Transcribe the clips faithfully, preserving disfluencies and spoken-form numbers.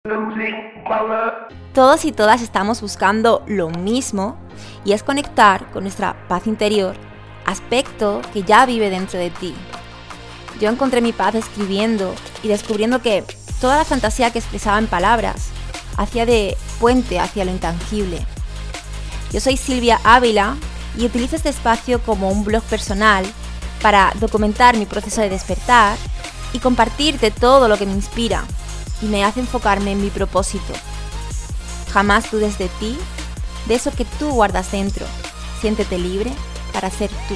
Todos y todas estamos buscando lo mismo y es conectar con nuestra paz interior, aspecto que ya vive dentro de ti. Yo encontré mi paz escribiendo y descubriendo que toda la fantasía que expresaba en palabras hacía de puente hacia lo intangible. Yo soy Silvia Ávila y utilizo este espacio como un blog personal para documentar mi proceso de despertar y compartirte todo lo que me inspira y me hace enfocarme en mi propósito. Jamás dudes de ti, de eso que tú guardas dentro. Siéntete libre para ser tú.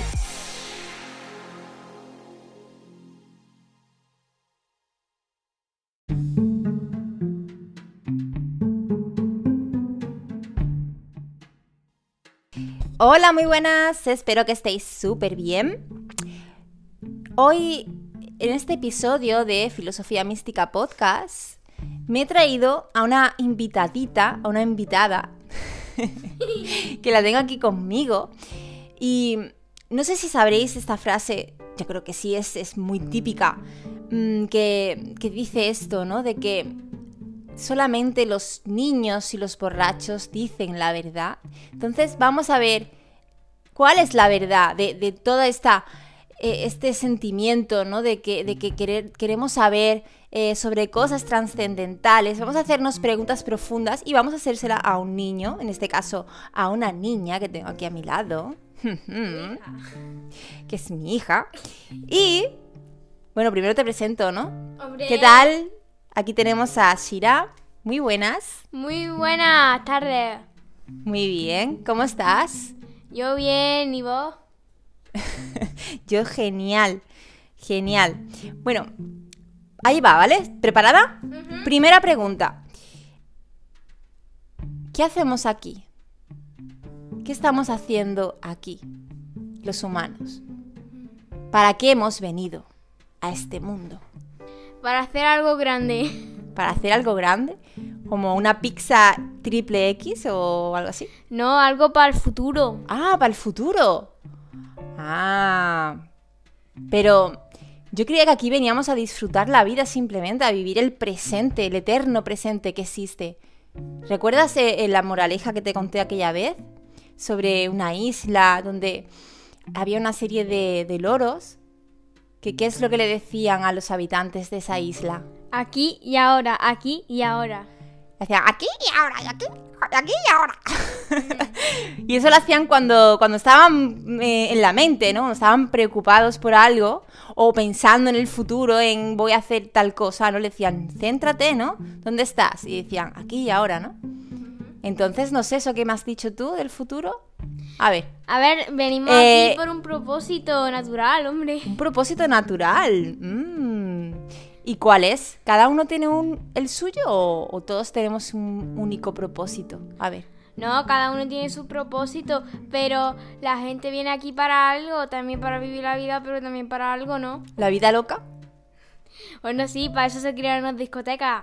Hola, muy buenas, espero que estéis súper bien. Hoy, en este episodio de Filosofía Mística Podcast, me he traído a una invitadita, a una invitada, que la tengo aquí conmigo. Y no sé si sabréis esta frase, yo creo que sí, es, es muy típica, que, que dice esto, ¿no? De que solamente los niños y los borrachos dicen la verdad. Entonces vamos a ver cuál es la verdad de, de todo esta, eh, este sentimiento, ¿no? De que, de que querer, queremos saber eh, sobre cosas trascendentales. Vamos a hacernos preguntas profundas y vamos a hacérsela a un niño, en este caso a una niña que tengo aquí a mi lado, que es mi hija. Y, bueno, primero te presento, ¿no? Hombre. ¿Qué tal? Aquí tenemos a Shira. Muy buenas. Muy buenas tardes. Muy bien. ¿Cómo estás? Yo bien, ¿y vos? Yo genial. Genial. Bueno, ahí va, ¿vale? ¿Preparada? Uh-huh. Primera pregunta. ¿Qué hacemos aquí? ¿Qué estamos haciendo aquí, los humanos? ¿Para qué hemos venido a este mundo? Para hacer algo grande. ¿Para hacer algo grande? ¿Como una pizza triple X o algo así? No, algo para el futuro. Ah, para el futuro. Ah, pero yo creía que aquí veníamos a disfrutar la vida simplemente, a vivir el presente, el eterno presente que existe. ¿Recuerdas eh, la moraleja que te conté aquella vez? Sobre una isla donde había una serie de, de loros. ¿Qué, ¿Qué es lo que le decían a los habitantes de esa isla? Aquí y ahora, aquí y ahora. Decían aquí y ahora, y aquí, aquí y ahora. Y eso lo hacían cuando, cuando estaban eh, en la mente, ¿no? Cuando estaban preocupados por algo o pensando en el futuro, en voy a hacer tal cosa, ¿no? Le decían, céntrate, ¿no? ¿Dónde estás? Y decían, aquí y ahora, ¿no? Entonces, no sé, ¿eso que me has dicho tú del futuro? A ver. A ver, venimos eh, aquí por un propósito natural, hombre. Un propósito natural. Mm. ¿Y cuál es? ¿Cada uno tiene un, el suyo o, o todos tenemos un único propósito? A ver. No, cada uno tiene su propósito, pero la gente viene aquí para algo, también para vivir la vida, pero también para algo, ¿no? ¿La vida loca? Bueno, sí, para eso se crearon las discotecas.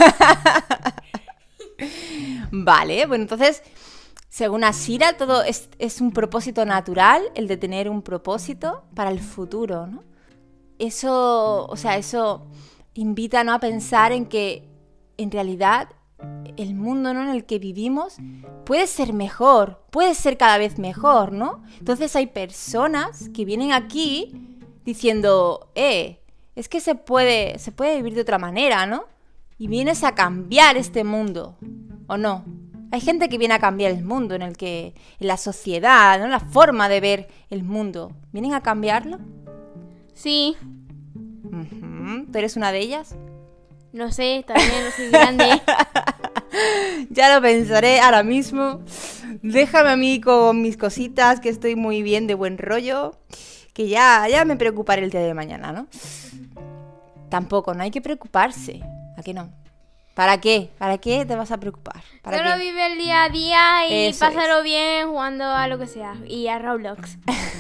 Vale, bueno, entonces, según Ashira, todo es, es un propósito natural, el de tener un propósito para el futuro, ¿no? Eso, o sea, eso invita, ¿no?, a pensar en que, en realidad, el mundo, ¿no?, en el que vivimos puede ser mejor, puede ser cada vez mejor, ¿no? Entonces hay personas que vienen aquí diciendo, eh, es que se puede, se puede vivir de otra manera, ¿no? Y vienes a cambiar este mundo, ¿o no? Hay gente que viene a cambiar el mundo, en el que, en la sociedad, ¿no?, la forma de ver el mundo. ¿Vienen a cambiarlo? Sí. Uh-huh. ¿Tú eres una de ellas? No sé, también no soy grande. Ya lo pensaré ahora mismo. Déjame a mí con mis cositas, que estoy muy bien de buen rollo, que ya, ya me preocuparé el día de mañana, ¿no? Tampoco, no hay que preocuparse. ¿A qué no? ¿Para qué? ¿Para qué te vas a preocupar? ¿Para Solo qué? vive el día a día y Eso pásalo es. bien jugando a lo que sea. Y a Roblox.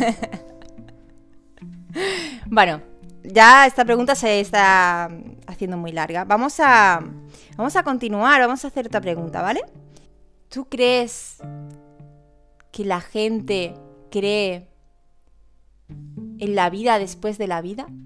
Bueno, ya esta pregunta se está haciendo muy larga. Vamos a, vamos a continuar, vamos a hacer otra pregunta, ¿vale? ¿Tú crees que la gente cree en la vida después de la vida? Buena pregunta.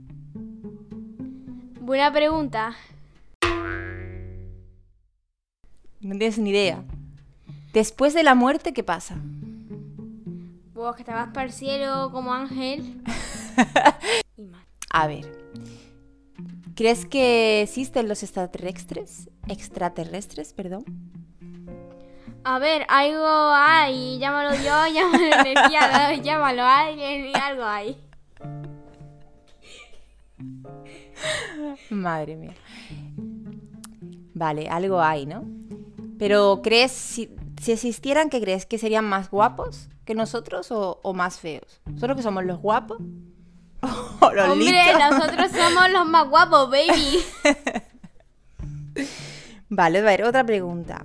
No tienes ni idea. Después de la muerte, ¿qué pasa? Vos que te vas para el cielo como ángel. Y más. A ver. ¿Crees que existen los extraterrestres? Extraterrestres, perdón. A ver, algo hay. Llámalo yo, llámalo energía, llámalo alguien, algo hay. Madre mía. Vale, algo hay, ¿no? Pero ¿crees, si, si existieran, qué crees? ¿Que serían más guapos que nosotros o, o más feos? ¿Solo que somos los guapos? ¿O los Hombre, listos? nosotros somos los más guapos, baby. Vale, a ver, otra pregunta.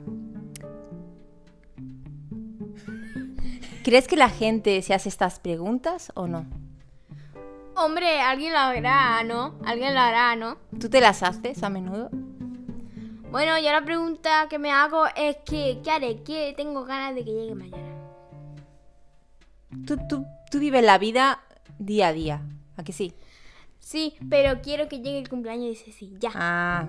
¿Crees que la gente se hace estas preguntas o no? Hombre, alguien lo hará, ¿no? Alguien lo hará, ¿no? ¿Tú te las haces a menudo? Bueno, yo la pregunta que me hago es que, ¿qué haré? ¿Qué tengo ganas de que llegue mañana? Tú, tú, tú vives la vida día a día, ¿a que sí? Sí, pero quiero que llegue el cumpleaños y dice sí, ya. Ah.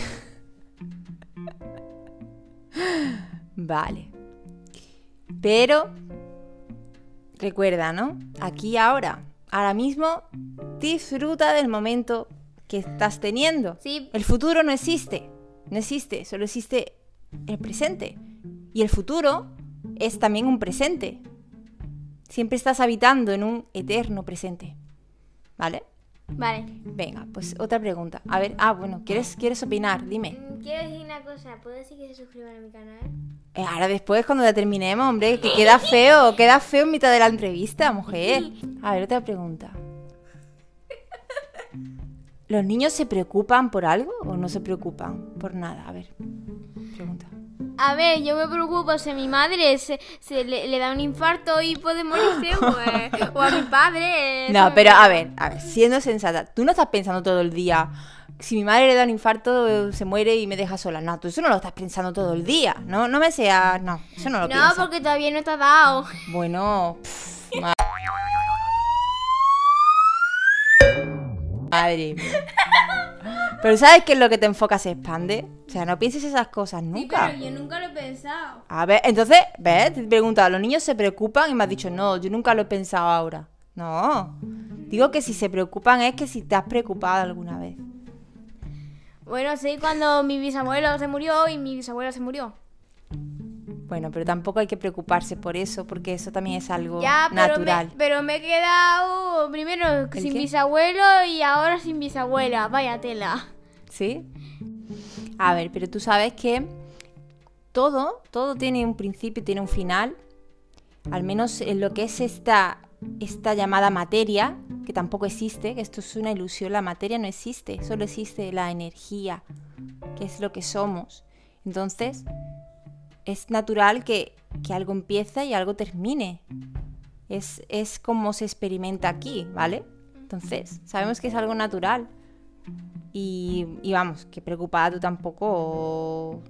Vale. Pero recuerda, ¿no? Aquí ahora, ahora mismo, disfruta del momento que estás teniendo. Sí. El futuro no existe. No existe, solo existe el presente. Y el futuro es también un presente. Siempre estás habitando en un eterno presente. ¿Vale? Vale. Venga, pues otra pregunta. A ver, ah, bueno, ¿quieres, ¿quieres opinar? Dime. Mm, Quiero decir una cosa, ¿puedo decir que se suscriban a mi canal? Eh, ahora después, cuando ya terminemos, hombre, que queda feo, queda feo en mitad de la entrevista, mujer. A ver, otra pregunta. ¿Los niños se preocupan por algo o no se preocupan por nada? A ver, pregunta. A ver, yo me preocupo si a mi madre se, se le, le da un infarto y puede morirse, pues, o a mi padre. eso No, me pero preocupa. a ver, a ver, siendo sensata, tú no estás pensando todo el día, si mi madre le da un infarto, se muere y me deja sola. No, tú eso no lo estás pensando todo el día. No, no me seas, no, eso no lo No, piensas. porque todavía no está dado. Bueno, pff, ma- madre mía. Pero ¿sabes qué es lo que te enfoca se expande? O sea, no pienses esas cosas nunca. Sí, pero yo nunca lo he pensado. A ver, entonces, ¿ves? Te he preguntado, ¿los niños se preocupan? Y me has dicho, no, yo nunca lo he pensado ahora. No. Digo que si se preocupan es que si te has preocupado alguna vez. Bueno, sí, cuando mi bisabuelo se murió y mi bisabuela se murió. Bueno, pero tampoco hay que preocuparse por eso, porque eso también es algo Ya, pero natural. me, pero me he quedado primero sin qué? bisabuelo y ahora sin bisabuela. Vaya tela. ¿Sí? A ver, pero tú sabes que todo, todo tiene un principio y tiene un final. Al menos en lo que es esta, esta llamada materia, que tampoco existe, que esto es una ilusión, la materia no existe, solo existe la energía, que es lo que somos. Entonces, es natural que, que algo empiece y algo termine. Es, es como se experimenta aquí, ¿vale? Entonces, sabemos que es algo natural. Y, y vamos, que preocupada tú tampoco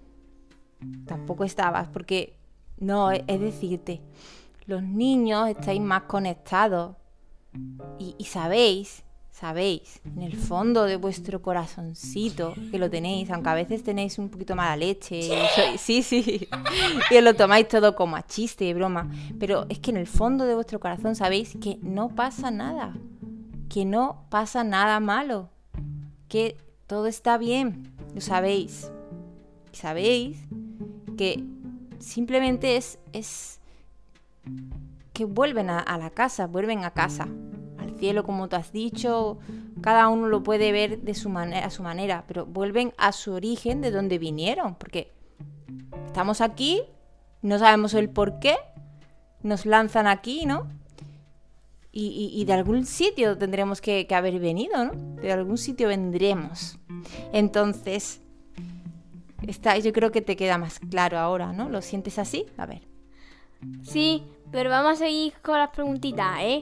tampoco estabas, porque no, es, es decirte, los niños estáis más conectados y, y sabéis, sabéis, en el fondo de vuestro corazoncito que lo tenéis, aunque a veces tenéis un poquito mala leche, y sois- sí, sí, y os lo tomáis todo como a chiste y broma, pero es que en el fondo de vuestro corazón sabéis que no pasa nada, que no pasa nada malo, que todo está bien, lo sabéis. Y sabéis que simplemente es, es que vuelven a, a la casa, vuelven a casa, al cielo como tú has dicho, cada uno lo puede ver de su manera, a su manera, pero vuelven a su origen de donde vinieron, porque estamos aquí, no sabemos el por qué, nos lanzan aquí, ¿no? Y, y, y de algún sitio tendremos que, que haber venido, ¿no? De algún sitio vendremos. Entonces, está, yo creo que te queda más claro ahora, ¿no? ¿Lo sientes así? A ver. Sí, pero vamos a seguir con las preguntitas, ¿eh?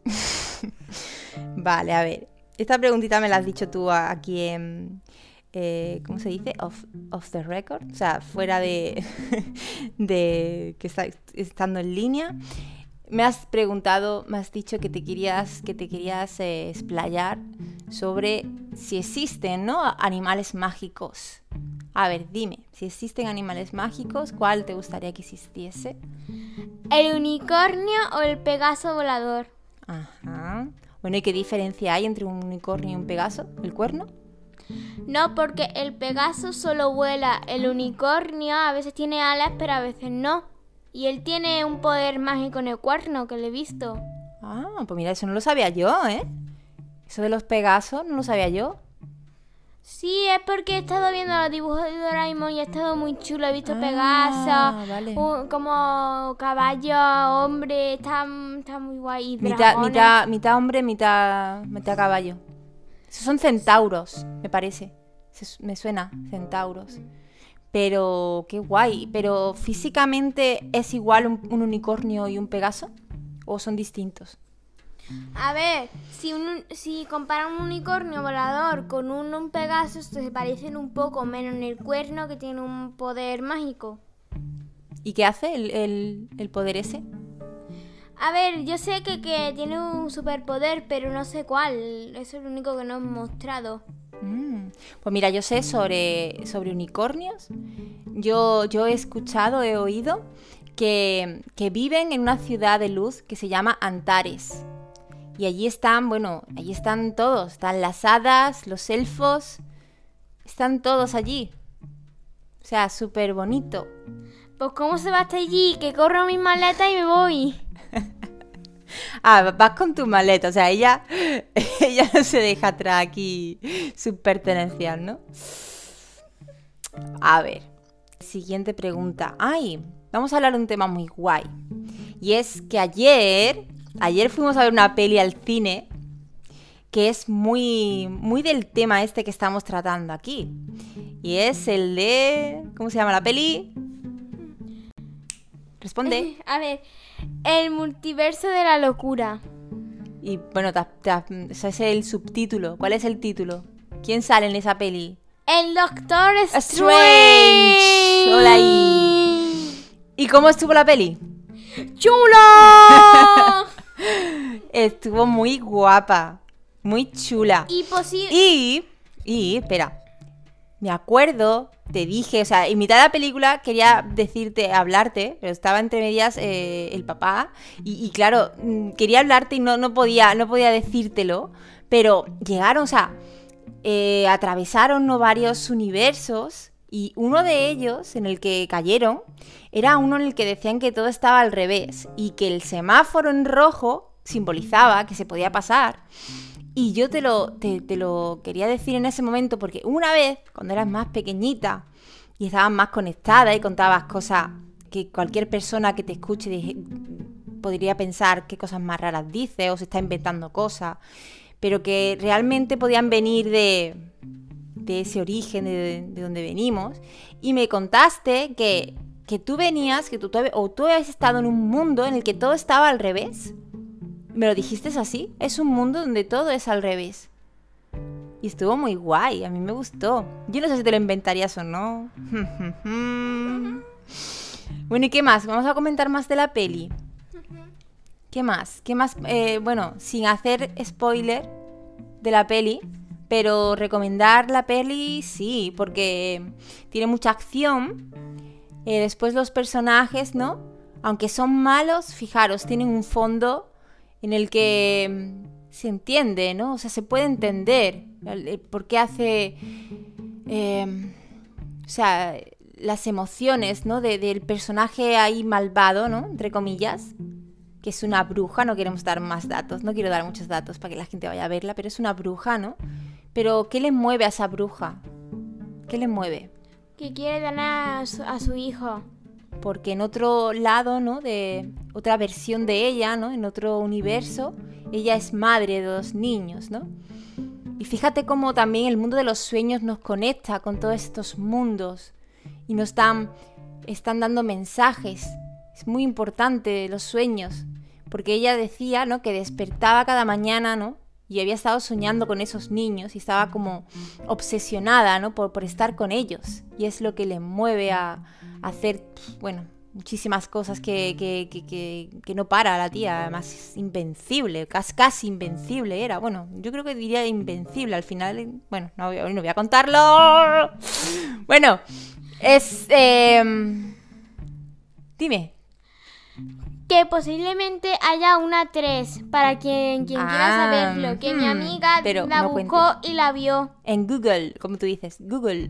Vale, a ver. Esta preguntita me la has dicho tú a- aquí en... eh, ¿cómo se dice? Off, off the record. O sea, fuera de... de que está estando en línea. Me has preguntado, me has dicho que te querías, que te querías eh, explayar sobre si existen, ¿no? Animales mágicos. A ver, dime, si existen animales mágicos, ¿cuál te gustaría que existiese? ¿El unicornio o el Pegaso volador? Ajá. Bueno, ¿y qué diferencia hay entre un unicornio y un Pegaso? ¿El cuerno? No, porque el Pegaso solo vuela. El unicornio a veces tiene alas, pero a veces no. Y él tiene un poder mágico en el cuerno, que lo he visto. Ah, pues mira, eso no lo sabía yo, ¿eh? Eso de los Pegasos no lo sabía yo. Sí, es porque he estado viendo los dibujos de Doraemon y ha estado muy chulo. He visto Ah, Pegaso, vale. un- como caballo, hombre, está, está muy guay. Y Mitad, dragones. mitad, mitad hombre, mitad, mitad caballo. Esos son centauros, me parece. Se- Me suena, centauros. Pero qué guay. Pero físicamente es igual un, un unicornio y un Pegaso, ¿o son distintos? A ver, si, un, si comparan un unicornio volador con un, un Pegaso, se parecen un poco, menos en el cuerno, que tiene un poder mágico. ¿Y qué hace el, el, el poder ese? A ver, yo sé que, que tiene un superpoder, pero no sé cuál. Eso es lo único que no han mostrado. Mm, Pues mira, yo sé sobre, sobre unicornios. Yo, yo he escuchado, he oído que, que viven en una ciudad de luz que se llama Antares. Y allí están, bueno, allí están todos. Están las hadas, los elfos. Están todos allí. O sea, súper bonito. Pues ¿cómo se va hasta allí? Que corro mis maletas y me voy. Ah, vas con tu maleta. O sea, ella, ella no se deja atrás aquí sus pertenencias, ¿no? A ver, siguiente pregunta. Ay, vamos a hablar de un tema muy guay. Y es que ayer, ayer fuimos a ver una peli al cine que es muy, muy del tema este que estamos tratando aquí. Y es el de... ¿Cómo se llama la peli? Responde. A ver, el multiverso de la locura. Y bueno, te, te, ese es el subtítulo. ¿Cuál es el título? ¿Quién sale en esa peli? El Doctor Strange. Strange. Hola ahí. ¿Y cómo estuvo la peli? ¡Chulo! Estuvo muy guapa, muy chula. Y posible. Y, y, espera, me acuerdo, te dije, o sea, en mitad de la película quería decirte, hablarte, pero estaba entre medias eh, el papá y, y claro, mm, quería hablarte y no, no podía, no podía decírtelo, pero llegaron, o sea, eh, atravesaron, ¿no?, varios universos y uno de ellos en el que cayeron era uno en el que decían que todo estaba al revés y que el semáforo en rojo simbolizaba que se podía pasar. Y yo te lo, te, te lo quería decir en ese momento porque una vez, cuando eras más pequeñita y estabas más conectada y contabas cosas que cualquier persona que te escuche dije, podría pensar qué cosas más raras dices o se está inventando cosas, pero que realmente podían venir de, de ese origen, de, de donde venimos. Y me contaste que, que tú venías, que tú, o tú habías estado en un mundo en el que todo estaba al revés. ¿Me lo dijiste así? Es un mundo donde todo es al revés. Y estuvo muy guay, a mí me gustó. Yo no sé si te lo inventarías o no. Bueno, ¿y qué más? Vamos a comentar más de la peli. ¿Qué más? ¿Qué más? Eh, bueno, sin hacer spoiler de la peli, pero recomendar la peli sí, porque tiene mucha acción. Eh, después los personajes, ¿no? Aunque son malos, fijaros, tienen un fondo en el que se entiende, ¿no? O sea, se puede entender el, el por qué hace... Eh, o sea, las emociones, ¿no? De, del personaje ahí malvado, ¿no? Entre comillas, que es una bruja, no queremos dar más datos, no quiero dar muchos datos para que la gente vaya a verla, pero es una bruja, ¿no? Pero, ¿qué le mueve a esa bruja? ¿Qué le mueve? Que quiere ganar a su, a su hijo. Porque en otro lado, ¿no? De otra versión de ella, ¿no? En otro universo, ella es madre de dos niños, ¿no? Y fíjate cómo también el mundo de los sueños nos conecta con todos estos mundos y nos dan, están dando mensajes. Es muy importante los sueños, porque ella decía, ¿no?, que despertaba cada mañana, ¿no?, y había estado soñando con esos niños y estaba como obsesionada, ¿no?, por, por estar con ellos. Y es lo que le mueve a, a hacer, bueno, muchísimas cosas que, que, que, que, que no para la tía. Además es invencible, casi, casi invencible era. Bueno, yo creo que diría invencible al final. Bueno, no, no voy a contarlo. Bueno, es... Eh, dime. Que posiblemente haya una tres, para quien, quien Ah, quiera saberlo. Que hmm, mi amiga pero la no buscó cuentes. y la vio. En Google, como tú dices, Google.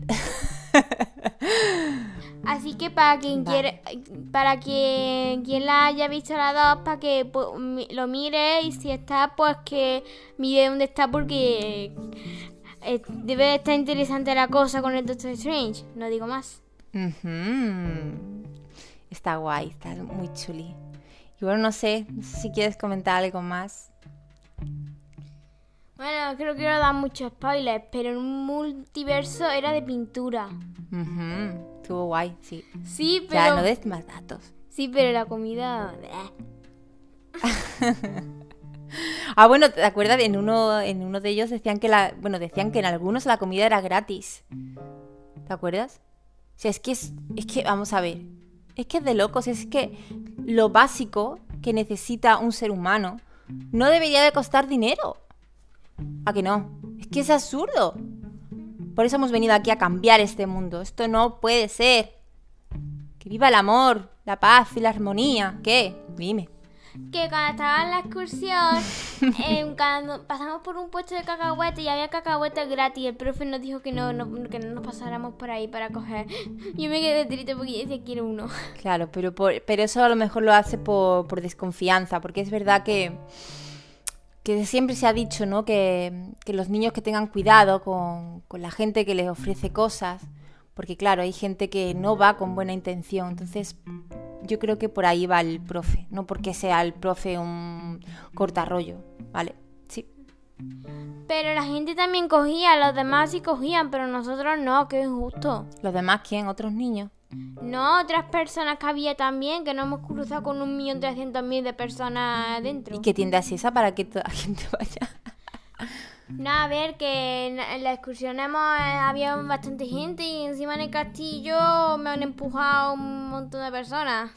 Así que para quien Vale. quiere, para quien, quien la haya visto la dos, para que pues, mi- lo mire, y si está, pues que mire dónde está, porque eh, debe de estar interesante la cosa con el Doctor Strange. No digo más. Ujú. Está guay, está muy chuli. Y bueno, no sé, no sé si quieres comentar algo más. Bueno, creo que quiero dar muchos spoilers, pero en un multiverso era de pintura. Ujú. Estuvo guay, sí. Sí, pero Ya, no des más datos. sí, pero la comida. eh. Ah, bueno, ¿te acuerdas? En uno, en uno de ellos decían que la... Bueno, decían que en algunos la comida era gratis. ¿Te acuerdas? O sea, es que es, es que, vamos a ver. Es que es de locos. Es que lo básico que necesita un ser humano no debería de costar dinero. ¿A que no? Es que es absurdo. Por eso hemos venido aquí a cambiar este mundo. Esto no puede ser. Que viva el amor, la paz y la armonía. ¿Qué? Dime. Que cuando estaba en la excursión, eh, cuando pasamos por un puesto de cacahuete y había cacahuetes gratis, el profe nos dijo que no, no, que no nos pasáramos por ahí para coger. Yo me quedé triste porque yo decía quiero uno. Claro, pero, por, pero eso a lo mejor lo hace por, por desconfianza, porque es verdad que, que siempre se ha dicho, ¿no? Que, que los niños que tengan cuidado con, con la gente que les ofrece cosas, porque claro, hay gente que no va con buena intención, entonces yo creo que por ahí va el profe, no porque sea el profe un cortarrollo, ¿vale? Sí. Pero la gente también cogía, los demás sí cogían, pero nosotros no, qué injusto. ¿Los demás quién? ¿Otros niños? No, otras personas que había también, que no hemos cruzado con un millón trescientos mil de personas dentro. ¿Y qué tienda es esa para que toda la gente vaya? No, a ver, que en en la excursión hemos, eh, había bastante gente y encima en el castillo me han empujado un montón de personas.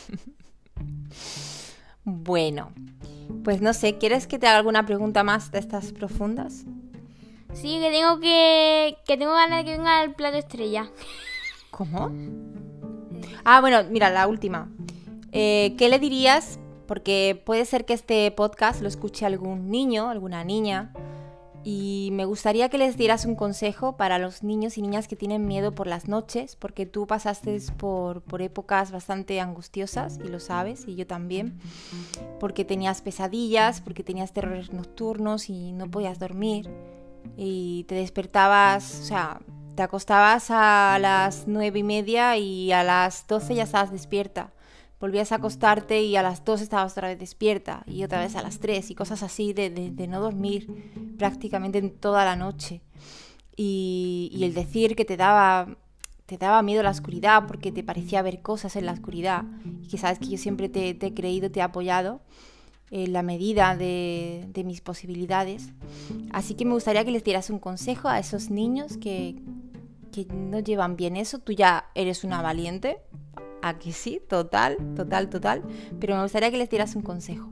Bueno, pues no sé, ¿quieres que te haga alguna pregunta más de estas profundas? Sí, que tengo que, que tengo ganas de que venga el plato estrella. ¿Cómo? Ah, bueno, mira, la última. Eh, ¿qué le dirías? Porque puede ser que este podcast lo escuche algún niño, alguna niña, y me gustaría que les dieras un consejo para los niños y niñas que tienen miedo por las noches, porque tú pasaste por, por épocas bastante angustiosas, y lo sabes, y yo también, porque tenías pesadillas, porque tenías terrores nocturnos y no podías dormir, y te despertabas, o sea, te acostabas a las nueve y media y a las doce ya estabas despierta. Volvías a acostarte y a las dos estabas otra vez despierta y otra vez a las tres y cosas así de, de, de no dormir prácticamente en toda la noche. Y, y el decir que te daba, te daba miedo la oscuridad porque te parecía ver cosas en la oscuridad y que sabes que yo siempre te, te he creído, te he apoyado en la medida de, de mis posibilidades. Así que me gustaría que les dieras un consejo a esos niños que, que no llevan bien eso. Tú ya eres una valiente. Aquí sí, total, total, total. Pero me gustaría que les dieras un consejo.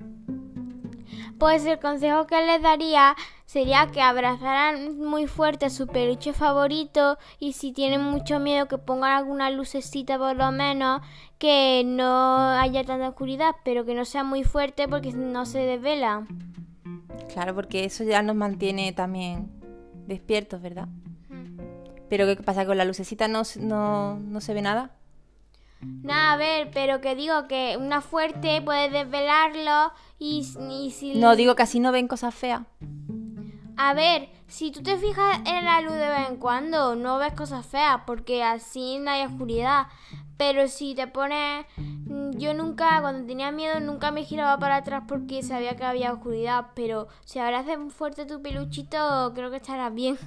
Pues el consejo que les daría sería que abrazaran muy fuerte a su peluche favorito y si tienen mucho miedo que pongan alguna lucecita por lo menos, que no haya tanta oscuridad, pero que no sea muy fuerte porque no se desvela. Claro, porque eso ya nos mantiene también despiertos, ¿verdad? Pero ¿qué pasa? ¿Con la lucecita no, no, no se ve nada? Nada, a ver, pero que digo que una fuerte puede desvelarlo y, y si... No, digo que así no ven cosas feas. A ver, si tú te fijas en la luz de vez en cuando, no ves cosas feas porque así no hay oscuridad. Pero si te pones... Yo nunca, cuando tenía miedo, nunca me giraba para atrás porque sabía que había oscuridad. Pero si abrazas fuerte tu peluchito, creo que estarás bien.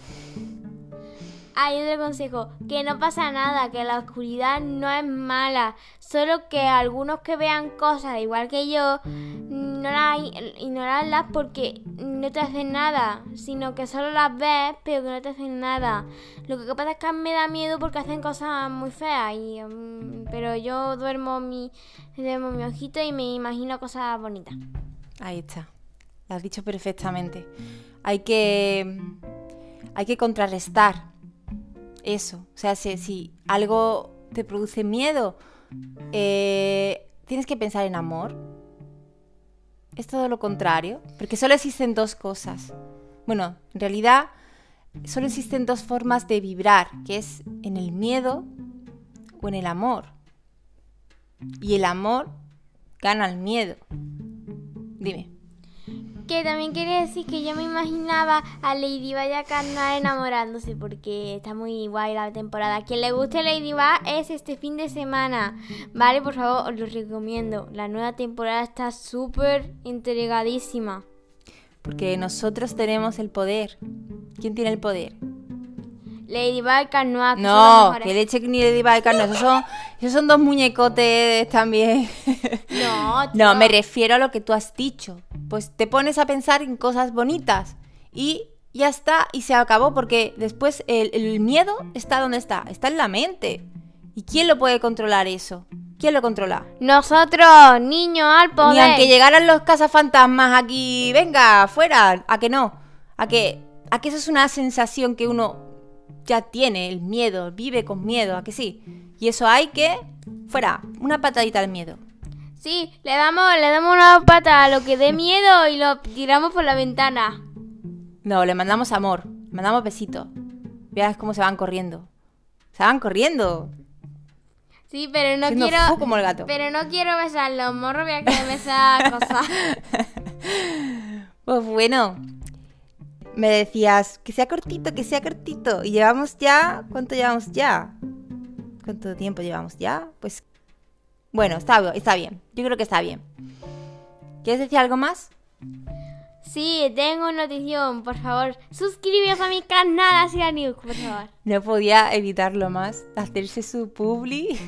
Hay otro consejo, que no pasa nada, que la oscuridad no es mala, solo que algunos que vean cosas igual que yo, ignora, ignorarlas porque no te hacen nada, sino que solo las ves, pero que no te hacen nada. Lo que pasa es que me da miedo porque hacen cosas muy feas, y, um, pero yo duermo mi, duermo mi ojito y me imagino cosas bonitas. Ahí está, lo has dicho perfectamente. Hay que, hay que contrarrestar eso. O sea, si, si algo te produce miedo, eh, tienes que pensar en amor. Es todo lo contrario, porque solo existen dos cosas. Bueno, en realidad solo existen dos formas de vibrar, que es en el miedo o en el amor. Y el amor gana el miedo. Dime. Que también quería decir que yo me imaginaba a Ladybug y a Carnal enamorándose, porque está muy guay la temporada. Quien le guste Ladybug es este fin de semana, ¿vale? Por favor, os lo recomiendo. La nueva temporada está súper entregadísima. Porque nosotros tenemos el poder. ¿Quién tiene el poder? Ladybug y Carnal, que son los No, mejores. que leche ni Ladybug y Carnal. Esos son, esos son dos muñecotes también. No, tío. No, me refiero a lo que tú has dicho. Pues te pones a pensar en cosas bonitas y ya está, y se acabó, porque después el, el miedo está donde está, está en la mente. ¿Y quién lo puede controlar eso? ¿Quién lo controla? Nosotros, niños, al poder. Ni aunque llegaran los cazafantasmas aquí, venga, fuera, a que no, a que, a que eso es una sensación que uno ya tiene, el miedo, vive con miedo, a que sí. Y eso hay que, fuera, una patadita al miedo. Sí, le damos, le damos una pata a lo que dé miedo y lo tiramos por la ventana. No, le mandamos amor, le mandamos besitos. Veas cómo se van corriendo. Se van corriendo. Sí, pero no Siendo quiero. fu como el gato. Pero no quiero besarlo, morro, voy a quererme esa cosa. Pues bueno, me decías que sea cortito, que sea cortito. Y llevamos ya, ¿cuánto llevamos ya? ¿Cuánto tiempo llevamos ya? Pues bueno, está, está bien. Yo creo que está bien. ¿Quieres decir algo más? Sí, tengo una notición, por favor. Suscríbete a mi canal Asira News, por favor. No podía evitarlo más, hacerse su publi.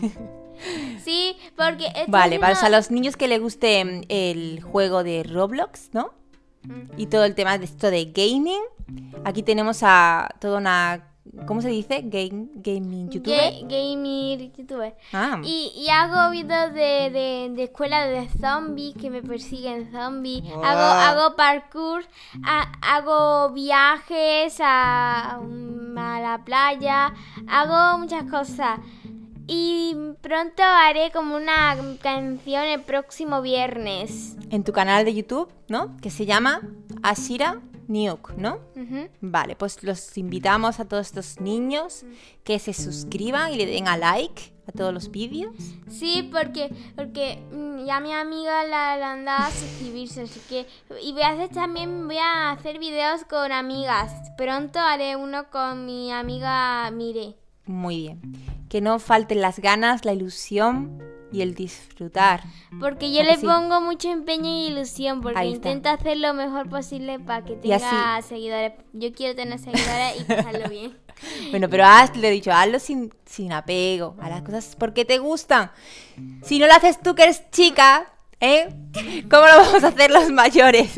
Sí, porque... estoy Vale, para haciendo- los niños que les guste el juego de Roblox, ¿no? Y todo el tema de esto de gaming. Aquí tenemos a toda una... ¿Cómo se dice? Game, gaming youtuber. Ga- Gamer youtuber. Ah, Y, y hago videos de, de, de escuela de zombies, que me persiguen zombies. Wow. Hago, hago parkour, ha- hago viajes a, a la playa, hago muchas cosas. Y pronto haré como una canción el próximo viernes. en tu canal de YouTube, ¿no? Que se llama Asira News, ¿no? Ujú. Vale, pues los invitamos a todos estos niños que se suscriban y le den a like a todos los vídeos. Sí, porque porque mm, ya mi amiga la, la anda a suscribirse, así que... Y voy a hacer también, voy a hacer videos con amigas. Pronto haré uno con mi amiga Mire. Muy bien. Que no falten las ganas, la ilusión y el disfrutar. Porque yo ¿A que le sí? pongo mucho empeño y ilusión, porque Ahí está. intento hacer lo mejor posible para que Y así- tenga seguidores. Yo quiero tener seguidores y pasarlo bien. Bueno, pero haz, le he dicho, hazlo sin, sin apego, a las cosas porque te gustan. Si no lo haces tú que eres chica, ¿eh? ¿Cómo lo vamos a hacer los mayores?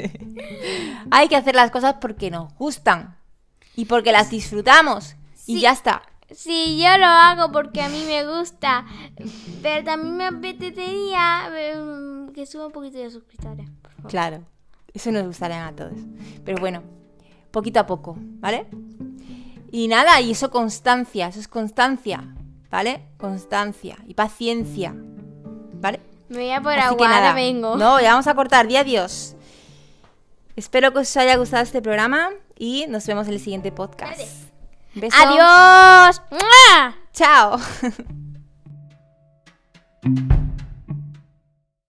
Hay que hacer las cosas porque nos gustan y porque las disfrutamos y Sí. ya está. Sí, yo lo hago porque a mí me gusta, pero también me apetecería eh, que suba un poquito de suscriptores, por favor. Claro, eso nos gustaría a todos. Pero bueno, poquito a poco, ¿vale? Y nada, y eso constancia, eso es constancia, ¿vale? Constancia y paciencia, ¿vale? Me voy a por Así que agua, nada, ahora vengo. no, ya vamos a cortar, di adiós. Espero que os haya gustado este programa y nos vemos en el siguiente podcast. Espérate. Beso. ¡Adiós! ¡Mua! Chao.